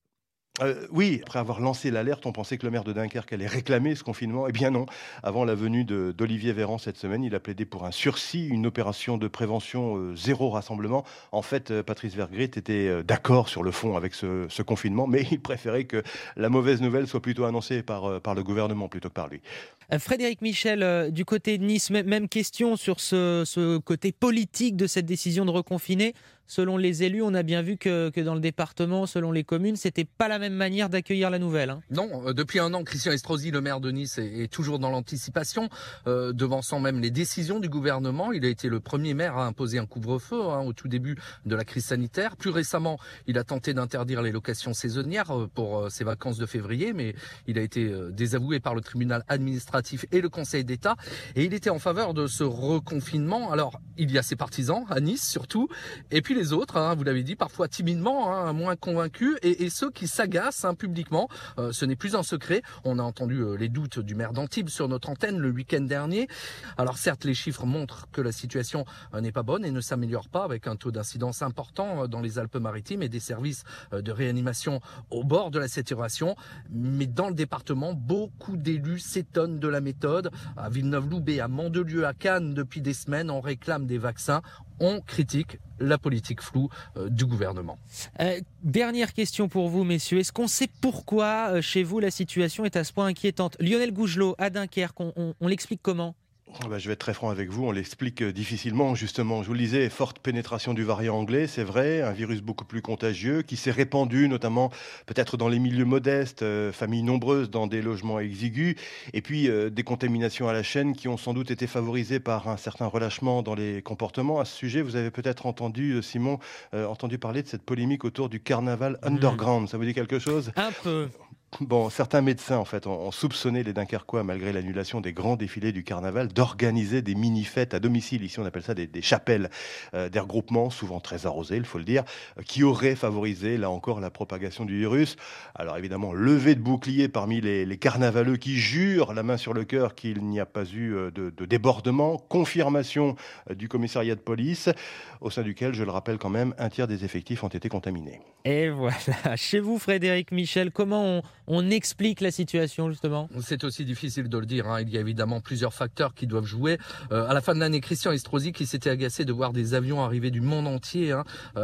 Oui, après avoir lancé l'alerte, on pensait que le maire de Dunkerque allait réclamer ce confinement. Eh bien non, avant la venue d'Olivier Véran cette semaine, il a plaidé pour un sursis, une opération de prévention zéro rassemblement. En fait, Patrice Vergrit était d'accord sur le fond avec ce confinement, mais il préférait que la mauvaise nouvelle soit plutôt annoncée par le gouvernement plutôt que par lui. Frédéric Michel, du côté de Nice, même question sur ce côté politique de cette décision de reconfiner. Selon les élus, on a bien vu que dans le département, selon les communes, c'était pas la même manière d'accueillir la nouvelle. Hein. Non, depuis un an, Christian Estrosi, le maire de Nice, est toujours dans l'anticipation, devançant même les décisions du gouvernement. Il a été le premier maire à imposer un couvre-feu au tout début de la crise sanitaire. Plus récemment, il a tenté d'interdire les locations saisonnières pour ses vacances de février, mais il a été désavoué par le tribunal administratif et le Conseil d'État. Et il était en faveur de ce reconfinement. Alors, il y a ses partisans, à Nice surtout, et puis les autres, vous l'avez dit, parfois timidement, moins convaincus, et ceux qui s'agacent publiquement. Ce n'est plus un secret. On a entendu les doutes du maire d'Antibes sur notre antenne le week-end dernier. Alors certes, les chiffres montrent que la situation n'est pas bonne et ne s'améliore pas, avec un taux d'incidence important dans les Alpes-Maritimes et des services de réanimation au bord de la saturation. Mais dans le département, beaucoup d'élus s'étonnent de la méthode. À Villeneuve-Loubet, à Mandelieu, à Cannes, depuis des semaines, on réclame des vaccins. On critique la politique floue du gouvernement. Dernière question pour vous, messieurs. Est-ce qu'on sait pourquoi, chez vous, la situation est à ce point inquiétante ? Lionel Gougelot, à Dunkerque, on l'explique comment ? Je vais être très franc avec vous, on l'explique difficilement justement. Je vous le disais, forte pénétration du variant anglais, c'est vrai, un virus beaucoup plus contagieux qui s'est répandu notamment peut-être dans les milieux modestes, familles nombreuses dans des logements exigus, et puis des contaminations à la chaîne qui ont sans doute été favorisées par un certain relâchement dans les comportements. À ce sujet, vous avez peut-être entendu, Simon, entendu parler de cette polémique autour du carnaval underground. Ça vous dit quelque chose ? Un peu. Bon, certains médecins, en fait, ont soupçonné les Dunkerquois, malgré l'annulation des grands défilés du carnaval, d'organiser des mini-fêtes à domicile. Ici, on appelle ça des chapelles, des regroupements, souvent très arrosés, il faut le dire, qui auraient favorisé, là encore, la propagation du virus. Alors, évidemment, levée de bouclier parmi les carnavaleux qui jurent, la main sur le cœur, qu'il n'y a pas eu de débordement. Confirmation du commissariat de police, au sein duquel, je le rappelle quand même, un tiers des effectifs ont été contaminés. Et voilà. Chez vous, Frédéric Michel, comment on explique la situation, justement ? C'est aussi difficile de le dire. Il y a évidemment plusieurs facteurs qui doivent jouer. À la fin de l'année, Christian Estrosi, qui s'était agacé de voir des avions arriver du monde entier,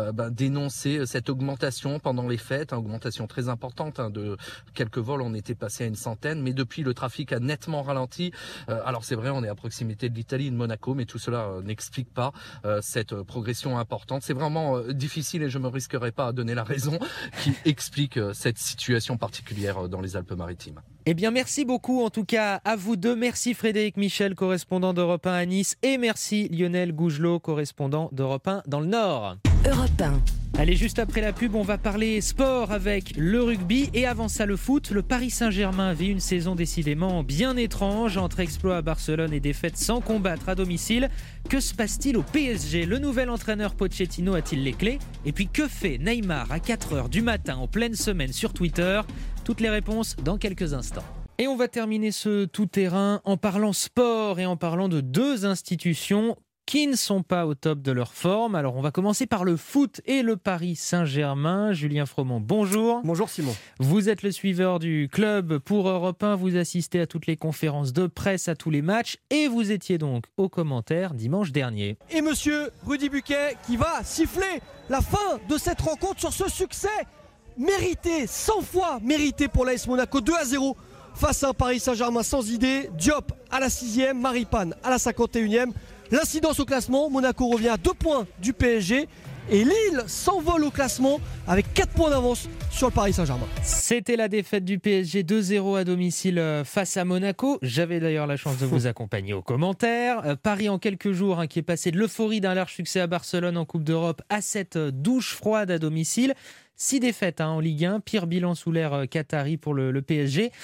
dénoncer cette augmentation pendant les fêtes, augmentation très importante. De quelques vols, on était passé à une centaine. Mais depuis, le trafic a nettement ralenti. Alors c'est vrai, on est à proximité de l'Italie et de Monaco, mais tout cela n'explique pas cette progression importante. C'est vraiment difficile et je ne me risquerai pas à donner la raison qui explique cette situation particulière dans les Alpes-Maritimes. Eh bien, merci beaucoup en tout cas à vous deux. Merci Frédéric Michel, correspondant d'Europe 1 à Nice, et merci Lionel Gougelot, correspondant d'Europe 1 dans le Nord. Europe 1. Allez, juste après la pub, on va parler sport avec le rugby et avant ça le foot. Le Paris Saint-Germain vit une saison décidément bien étrange entre exploits à Barcelone et défaites sans combattre à domicile. Que se passe-t-il au PSG ? Le nouvel entraîneur Pochettino a-t-il les clés ? Et puis que fait Neymar à 4h du matin en pleine semaine sur Twitter ? Toutes les réponses dans quelques instants. Et on va terminer ce tout-terrain en parlant sport et en parlant de deux institutions qui ne sont pas au top de leur forme. Alors on va commencer par le foot et le Paris Saint-Germain. Julien Froment, bonjour. Bonjour Simon. Vous êtes le suiveur du club pour Europe 1, vous assistez à toutes les conférences de presse, à tous les matchs et vous étiez donc aux commentaires dimanche dernier. Et monsieur Rudy Buquet qui va siffler la fin de cette rencontre sur ce succès mérité, 100 fois mérité pour l'AS Monaco, 2-0 face à un Paris Saint-Germain sans idée. Diop à la 6e, Maripane à la 51e. L'incidence au classement, Monaco revient à 2 points du PSG et Lille s'envole au classement avec 4 points d'avance sur le Paris Saint-Germain. C'était la défaite du PSG 2-0 à domicile face à Monaco. J'avais d'ailleurs la chance de vous accompagner aux commentaires. Paris en quelques jours qui est passé de l'euphorie d'un large succès à Barcelone en Coupe d'Europe à cette douche froide à domicile. 6 défaites en Ligue 1, pire bilan sous l'ère Qatari pour le PSG.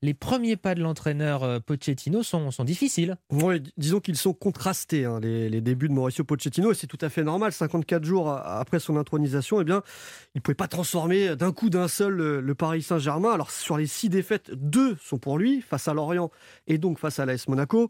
les premiers pas de l'entraîneur Pochettino sont difficiles. Oui, disons qu'ils sont contrastés, les débuts de Mauricio Pochettino, et c'est tout à fait normal. 54 jours après son intronisation, il ne pouvait pas transformer d'un coup d'un seul le Paris Saint-Germain. Alors sur les 6 défaites, 2 sont pour lui, face à Lorient et donc face à l'AS Monaco.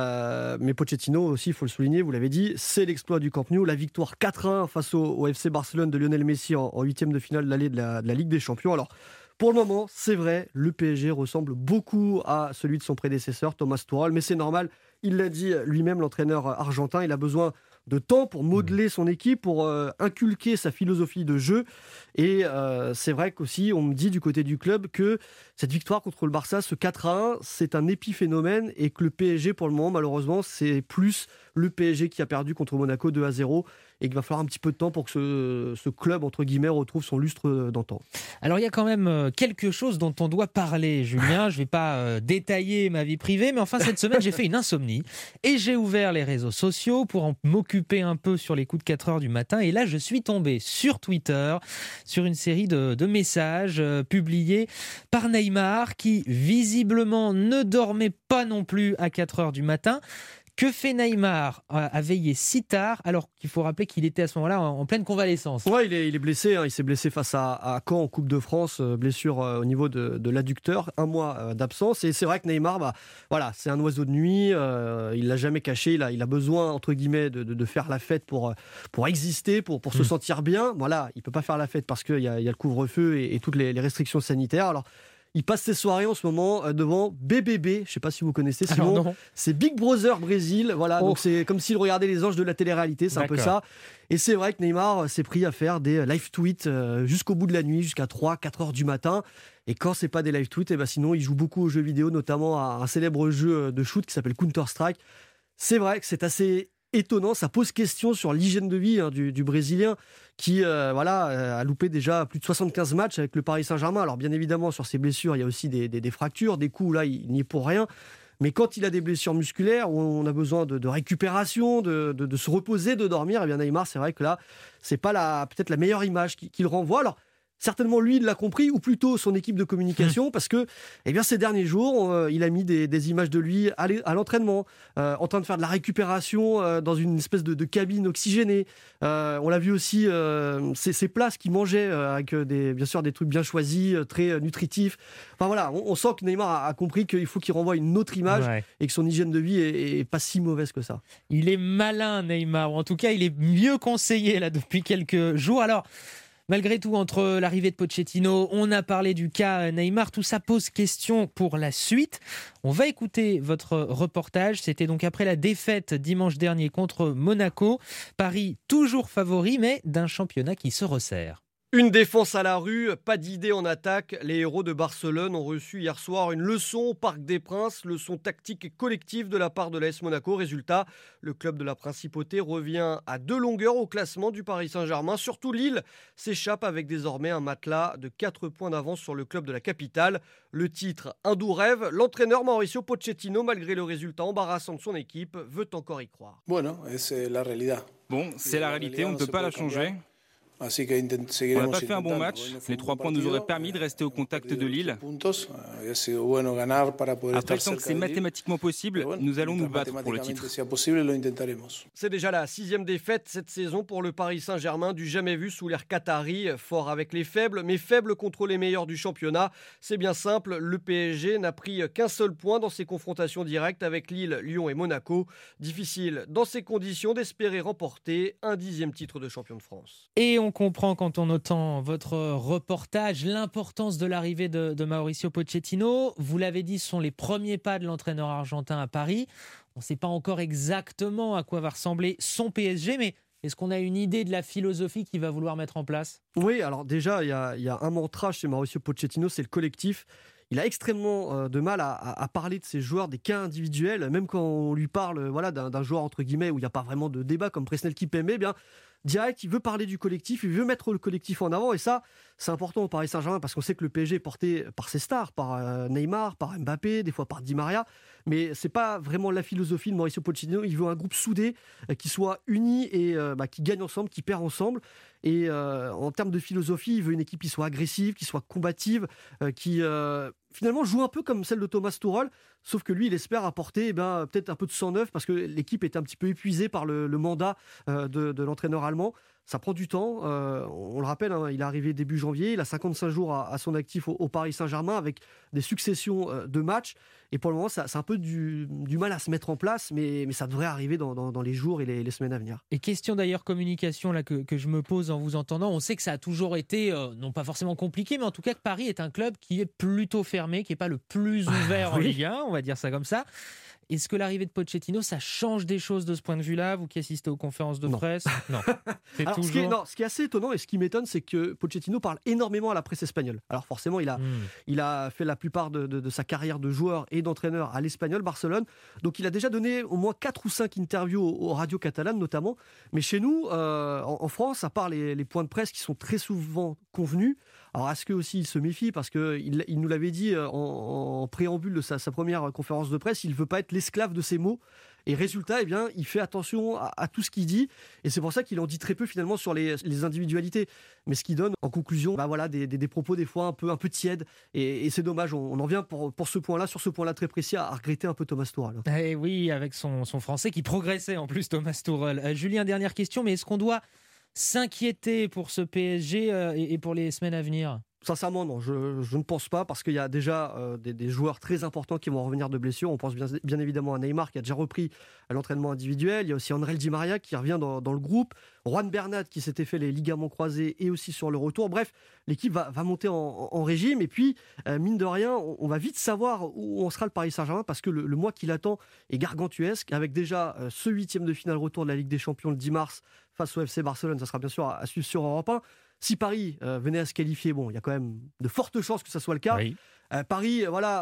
Mais Pochettino aussi, il faut le souligner, vous l'avez dit, c'est l'exploit du Camp Nou, la victoire 4-1 face au FC Barcelone de Lionel Messi en 8e de finale de la Ligue des Champions. Alors, pour le moment, c'est vrai, le PSG ressemble beaucoup à celui de son prédécesseur, Thomas Tuchel, mais c'est normal, il l'a dit lui-même, l'entraîneur argentin, il a besoin de temps pour modeler son équipe, pour inculquer sa philosophie de jeu. Et c'est vrai qu'aussi, on me dit du côté du club que cette victoire contre le Barça, ce 4-1, c'est un épiphénomène et que le PSG, pour le moment, malheureusement, c'est plus le PSG qui a perdu contre Monaco 2-0 et qu'il va falloir un petit peu de temps pour que ce club, entre guillemets, retrouve son lustre d'antan. Alors, il y a quand même quelque chose dont on doit parler, Julien. Je ne vais pas détailler ma vie privée, mais enfin, cette semaine, j'ai fait une insomnie et j'ai ouvert les réseaux sociaux pour m'occuper un peu sur les coups de 4 heures du matin. Et là, je suis tombé sur Twitter, sur une série de messages publiés par Neymar, qui visiblement ne dormait pas non plus à 4 heures du matin. Que fait Neymar à veiller si tard, alors qu'il faut rappeler qu'il était à ce moment-là en pleine convalescence? Ouais, il est blessé, il s'est blessé face à Caen en Coupe de France, blessure au niveau de l'adducteur, 1 mois d'absence. Et c'est vrai que Neymar, c'est un oiseau de nuit, il l'a jamais caché, il a besoin, entre guillemets, de faire la fête pour exister, pour se sentir bien. Voilà, il peut pas faire la fête parce qu'il y a le couvre-feu et toutes les restrictions sanitaires. Alors, il passe ses soirées en ce moment devant BBB, je ne sais pas si vous connaissez, Simon. C'est Big Brother Brésil, voilà. Donc c'est comme s'il regardait les anges de la télé-réalité, c'est un peu ça. Et c'est vrai que Neymar s'est pris à faire des live tweets jusqu'au bout de la nuit, jusqu'à 3-4 heures du matin. Et quand c'est pas des live tweets, sinon il joue beaucoup aux jeux vidéo, notamment à un célèbre jeu de shoot qui s'appelle Counter-Strike. C'est vrai que c'est assez étonnant, ça pose question sur l'hygiène de vie du Brésilien qui a loupé déjà plus de 75 matchs avec le Paris Saint-Germain. Alors bien évidemment, sur ses blessures, il y a aussi des fractures, des coups, là, il n'y est pour rien. Mais quand il a des blessures musculaires, où on a besoin de récupération, de se reposer, de dormir, et bien Neymar, c'est vrai que là, c'est pas peut-être la meilleure image qu'il renvoie. Alors, certainement lui, il l'a compris, ou plutôt son équipe de communication, parce que ces derniers jours, il a mis des images de lui à l'entraînement, en train de faire de la récupération dans une espèce de cabine oxygénée. On l'a vu aussi, ses plats qu'il mangeait, avec bien sûr des trucs bien choisis, très nutritifs. Enfin voilà, on sent que Neymar a compris qu'il faut qu'il renvoie une autre image et que son hygiène de vie est pas si mauvaise que ça. Il est malin, Neymar, ou en tout cas, il est mieux conseillé là depuis quelques jours. Alors, malgré tout, entre l'arrivée de Pochettino, on a parlé du cas Neymar, tout ça pose question pour la suite. On va écouter votre reportage. C'était donc après la défaite dimanche dernier contre Monaco. Paris toujours favori, mais d'un championnat qui se resserre. Une défense à la rue, pas d'idée en attaque. Les héros de Barcelone ont reçu hier soir une leçon au Parc des Princes, leçon tactique et collective de la part de l'AS Monaco. Résultat, le club de la Principauté revient à 2 longueurs au classement du Paris Saint-Germain. Surtout Lille s'échappe avec désormais un matelas de 4 points d'avance sur le club de la capitale. Le titre, un doux rêve. L'entraîneur Mauricio Pochettino, malgré le résultat embarrassant de son équipe, veut encore y croire. Bon, c'est la réalité, on ne peut pas la changer. On n'a pas fait un bon match, les 3 points nous auraient permis de rester au contact de Lille. Après, tant que c'est mathématiquement possible, nous allons nous battre pour le titre. C'est déjà la 6e défaite cette saison pour le Paris Saint-Germain, du jamais vu sous l'ère qatari, fort avec les faibles, mais faible contre les meilleurs du championnat. C'est bien simple, le PSG n'a pris qu'un seul point dans ses confrontations directes avec Lille, Lyon et Monaco. Difficile dans ces conditions d'espérer remporter un 10e titre de champion de France. Et on comprend quand on entend votre reportage l'importance de l'arrivée de Mauricio Pochettino. Vous l'avez dit, ce sont les premiers pas de l'entraîneur argentin à Paris. On ne sait pas encore exactement à quoi va ressembler son PSG, mais est-ce qu'on a une idée de la philosophie qu'il va vouloir mettre en place ? Oui, alors déjà, il y a un mantra chez Mauricio Pochettino, c'est le collectif. Il a extrêmement de mal à parler de ses joueurs, des cas individuels, même quand on lui parle d'un joueur entre guillemets où il n'y a pas vraiment de débat comme Presnel Kimpembe, bien direct, il veut parler du collectif, il veut mettre le collectif en avant, et ça, c'est important au Paris Saint-Germain parce qu'on sait que le PSG est porté par ses stars, par Neymar, par Mbappé, des fois par Di Maria, mais c'est pas vraiment la philosophie de Mauricio Pochettino. Il veut un groupe soudé, qui soit uni et qui gagne ensemble, qui perd ensemble. Et en termes de philosophie, il veut une équipe qui soit agressive, qui soit combative, qui finalement joue un peu comme celle de Thomas Tuchel, sauf que lui, il espère apporter peut-être un peu de sang neuf, parce que l'équipe est un petit peu épuisée par le mandat de l'entraîneur allemand. Ça prend du temps, on le rappelle, il est arrivé début janvier, il a 55 jours à son actif au Paris Saint-Germain, avec des successions de matchs, et pour le moment, c'est un peu du mal à se mettre en place, mais ça devrait arriver dans les jours et les semaines à venir. Et question d'ailleurs communication là, que je me pose en vous entendant, on sait que ça a toujours été, non pas forcément compliqué, mais en tout cas que Paris est un club qui est plutôt fermé, qui n'est pas le plus ouvert en Ligue 1, on va dire ça comme ça. Est-ce que l'arrivée de Pochettino, ça change des choses de ce point de vue-là? Vous qui assistez aux conférences de presse? Non. Alors, ce qui est assez étonnant et ce qui m'étonne, c'est que Pochettino parle énormément à la presse espagnole. Alors forcément, il a fait la plupart de sa carrière de joueur et d'entraîneur à l'Espagnol, Barcelone. Donc il a déjà donné au moins 4 ou 5 interviews aux radios catalanes notamment. Mais chez nous, en France, à part les points de presse qui sont très souvent convenus, alors est-ce que aussi il se méfie, parce qu'il nous l'avait dit en préambule de sa première conférence de presse, il ne veut pas être l'esclave de ses mots. Et résultat, il fait attention à tout ce qu'il dit. Et c'est pour ça qu'il en dit très peu finalement sur les individualités. Mais ce qui donne en conclusion des propos des fois un peu tièdes. Et c'est dommage, on en vient pour ce point-là, sur ce point-là très précis, à regretter un peu Thomas Tuchel. Et oui, avec son français qui progressait en plus, Thomas Tuchel. Julien, dernière question, mais est-ce qu'on doit s'inquiéter pour ce PSG et pour les semaines à venir? Sincèrement, non, je ne pense pas, parce qu'il y a déjà des joueurs très importants qui vont revenir de blessures. On pense bien évidemment à Neymar, qui a déjà repris l'entraînement individuel. Il y a aussi André Di Maria qui revient dans le groupe. Juan Bernat qui s'était fait les ligaments croisés et aussi sur le retour. Bref, l'équipe va monter en régime. Et puis, mine de rien, on va vite savoir où on sera le Paris Saint-Germain, parce que le mois qui l'attend est gargantuesque, avec déjà ce 8e de finale retour de la Ligue des Champions le 10 mars face au FC Barcelone. Ça sera bien sûr à suivre sur Europe 1. Si Paris venait à se qualifier, il y a quand même de fortes chances que ça soit le cas. Oui. Paris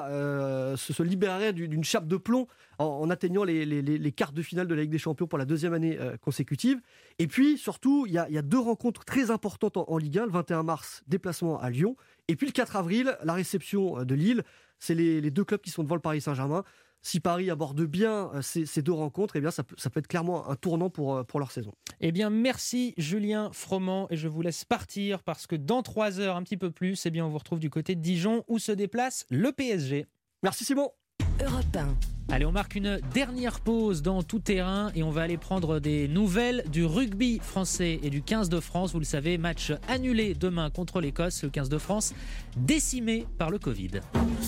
se libérerait d'une chape de plomb en atteignant les quarts de finale de la Ligue des Champions pour la 2e année consécutive. Et puis surtout, il y a 2 rencontres très importantes en Ligue 1. Le 21 mars, déplacement à Lyon. Et puis le 4 avril, la réception de Lille. C'est les 2 clubs qui sont devant le Paris Saint-Germain. Si Paris aborde bien ces 2 rencontres, ça peut être clairement un tournant pour leur saison. Eh bien, merci Julien Froment, et je vous laisse partir, parce que dans 3 heures, un petit peu plus, on vous retrouve du côté de Dijon, où se déplace le PSG. Merci Simon. Europe 1. Allez, on marque une dernière pause dans Tout Terrain et on va aller prendre des nouvelles du rugby français et du 15 de France. Vous le savez, match annulé demain contre l'Écosse, le 15 de France décimé par le Covid.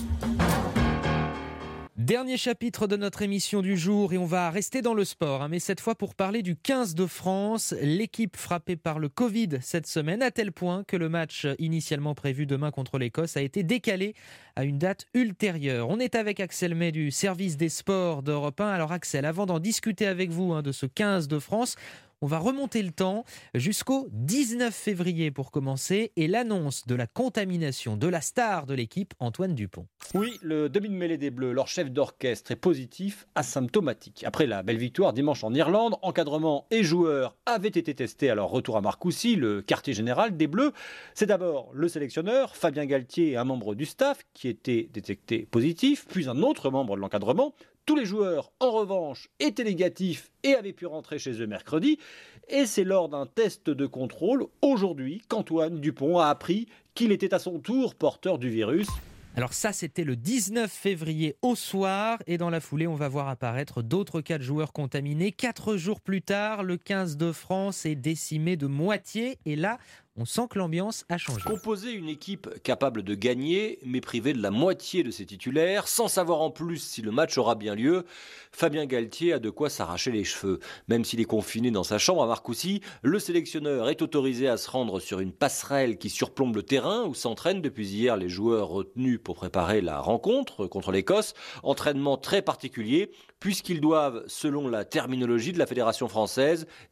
Dernier chapitre de notre émission du jour, et on va rester dans le sport, mais cette fois pour parler du 15 de France. L'équipe frappée par le Covid cette semaine, à tel point que le match initialement prévu demain contre l'Écosse a été décalé à une date ultérieure. On est avec Axel May du service des sports d'Europe 1. Alors Axel, avant d'en discuter avec vous de ce 15 de France, on va remonter le temps jusqu'au 19 février pour commencer, et l'annonce de la contamination de la star de l'équipe, Antoine Dupont. Oui, le demi de mêlée des Bleus, leur chef d'orchestre, est positif, asymptomatique. Après la belle victoire dimanche en Irlande, encadrement et joueurs avaient été testés à leur retour à Marcoussis, le quartier général des Bleus. C'est d'abord le sélectionneur, Fabien Galtier, et un membre du staff qui était détecté positif, puis un autre membre de l'encadrement. Tous les joueurs, en revanche, étaient négatifs et avaient pu rentrer chez eux mercredi. Et c'est lors d'un test de contrôle, aujourd'hui, qu'Antoine Dupont a appris qu'il était à son tour porteur du virus. Alors ça, c'était le 19 février au soir, et dans la foulée, on va voir apparaître d'autres cas de joueurs contaminés. 4 jours plus tard, le 15 de France est décimé de moitié, et là, on sent que l'ambiance a changé. Composer une équipe capable de gagner, mais privée de la moitié de ses titulaires, sans savoir en plus si le match aura bien lieu, Fabien Galtier a de quoi s'arracher les cheveux. Même s'il est confiné dans sa chambre à Marcoussis, le sélectionneur est autorisé à se rendre sur une passerelle qui surplombe le terrain, où s'entraînent depuis hier les joueurs retenus pour préparer la rencontre contre l'Écosse. Entraînement très particulier, puisqu'ils doivent, selon la terminologie de la Fédération française,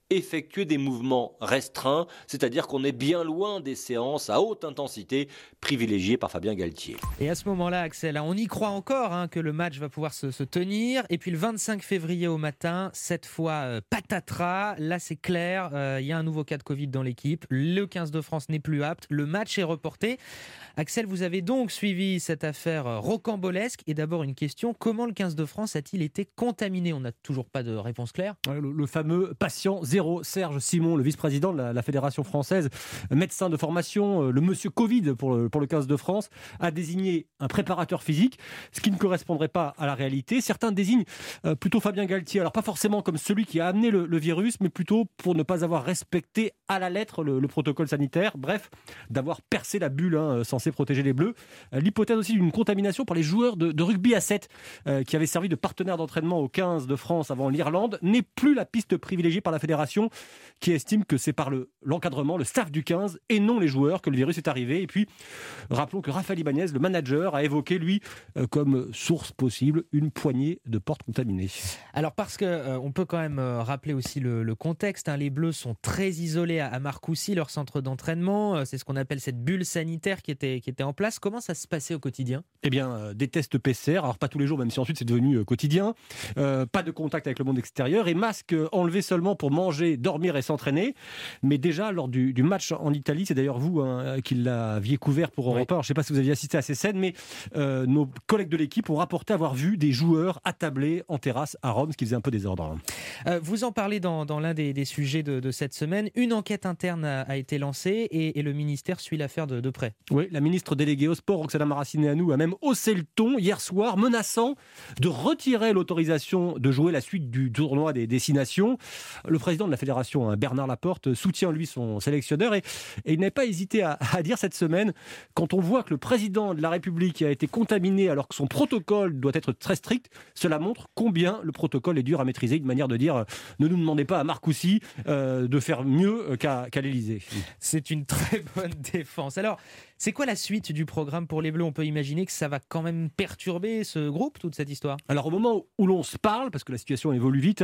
effectuer des mouvements restreints, c'est-à-dire qu'on est bien loin des séances à haute intensité privilégiées par Fabien Galtier. Et à ce moment-là, Axel, on y croit encore que le match va pouvoir se tenir. Et puis le 25 février au matin, cette fois patatras, là c'est clair, il y a un nouveau cas de Covid dans l'équipe, le 15 de France n'est plus apte, le match est reporté. Axel, vous avez donc suivi cette affaire rocambolesque. Et d'abord une question, comment le 15 de France a-t-il été contaminé ? On n'a toujours pas de réponse claire. Le fameux patient zéro, Serge Simon, le vice-président de la Fédération française, médecin de formation, le monsieur Covid pour le 15 de France, a désigné un préparateur physique, ce qui ne correspondrait pas à la réalité. Certains désignent plutôt Fabien Galtier, alors pas forcément comme celui qui a amené le virus, mais plutôt pour ne pas avoir respecté à la lettre le protocole sanitaire, bref, d'avoir percé la bulle censée protéger les Bleus. L'hypothèse aussi d'une contamination par les joueurs de rugby à 7 qui avaient servi de partenaire d'entraînement au 15 de France avant l'Irlande n'est plus la piste privilégiée par la fédération qui estime que c'est par l'encadrement, le staff du 15 et non les joueurs que le virus est arrivé. Et puis, rappelons que Raphaël Ibanez, le manager, a évoqué, lui, comme source possible, une poignée de portes contaminées. Alors, parce qu'on peut quand même rappeler aussi le contexte. Les Bleus sont très isolés à Marcoussis, leur centre d'entraînement. C'est ce qu'on appelle cette bulle sanitaire qui était en place. Comment ça se passait au quotidien ? Eh bien, des tests PCR, alors pas tous les jours, même si ensuite c'est devenu quotidien. Pas de contact avec le monde extérieur et masque enlevé seulement pour manger, dormir et s'entraîner. Mais déjà, lors du match en Italie, c'est d'ailleurs vous qui l'aviez couvert pour Europe 1. Je ne sais pas si vous aviez assisté à ces scènes, mais nos collègues de l'équipe ont rapporté avoir vu des joueurs attablés en terrasse à Rome, ce qui faisait un peu désordre. Vous en parlez dans l'un des sujets de cette semaine. Une enquête interne a été lancée et le ministère suit l'affaire de près. Oui, la ministre déléguée au sport, Roxana Maracineanu, a même haussé le ton hier soir, menaçant de retirer l'autorisation de jouer la suite du tournoi des Nations. Le président de la fédération, Bernard Laporte, soutient lui son sélectionneur et il n'a pas hésité à dire cette semaine, quand on voit que le président de la République a été contaminé alors que son protocole doit être très strict, cela montre combien le protocole est dur à maîtriser. Une manière de dire, ne nous demandez pas à Marcoussis de faire mieux qu'à l'Élysée. C'est une très bonne défense. Alors, c'est quoi la suite du programme pour les Bleus ? On peut imaginer que ça va quand même perturber ce groupe, toute cette histoire. Alors au moment où l'on se parle, parce que la situation évolue vite,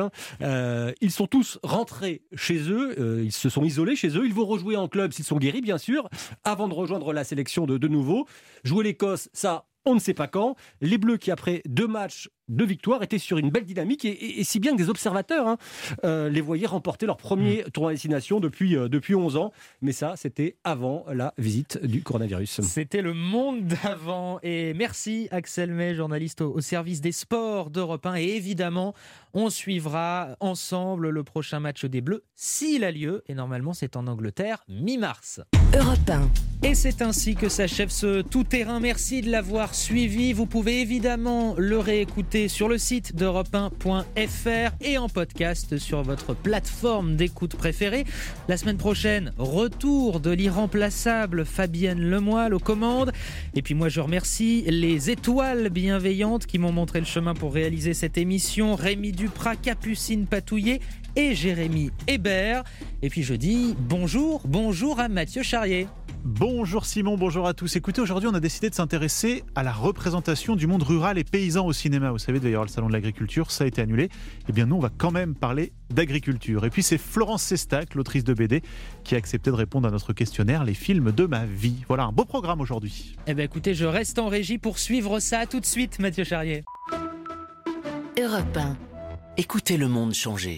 ils sont tous rentrés chez eux, ils se sont isolés chez eux, ils vont rejouer en club s'ils sont guéris bien sûr, avant de rejoindre la sélection de nouveau. Jouer l'Écosse, ça... on ne sait pas quand. Les Bleus qui, après 2 matchs, 2 victoires, étaient sur une belle dynamique et si bien que des observateurs les voyaient remporter leur premier tournoi destination depuis 11 ans. Mais ça, c'était avant la visite du coronavirus. C'était le monde d'avant. Et merci Axel May, journaliste au service des sports d'Europe 1. Et évidemment, on suivra ensemble le prochain match des Bleus, s'il a lieu. Et normalement, c'est en Angleterre, mi-mars. Europe 1. Et c'est ainsi que s'achève ce tout-terrain. Merci de l'avoir suivi. Vous pouvez évidemment le réécouter sur le site d'europe1.fr et en podcast sur votre plateforme d'écoute préférée. La semaine prochaine, retour de l'irremplaçable Fabienne Lemoyle aux commandes. Et puis moi, je remercie les étoiles bienveillantes qui m'ont montré le chemin pour réaliser cette émission. Rémi Duprat, Capucine Patouillet et Jérémy Hébert. Et puis je dis bonjour à Mathieu Charrier. Bonjour Simon, bonjour à tous. Écoutez, aujourd'hui on a décidé de s'intéresser à la représentation du monde rural et paysan au cinéma. Vous savez, il devait y avoir le salon de l'agriculture, ça a été annulé. Eh bien nous, on va quand même parler d'agriculture. Et puis c'est Florence Sestac, l'autrice de BD, qui a accepté de répondre à notre questionnaire « Les films de ma vie ». Voilà un beau programme aujourd'hui. Eh bien écoutez, je reste en régie pour suivre ça tout de suite, Mathieu Charrier. Europe 1. Écoutez le monde changer.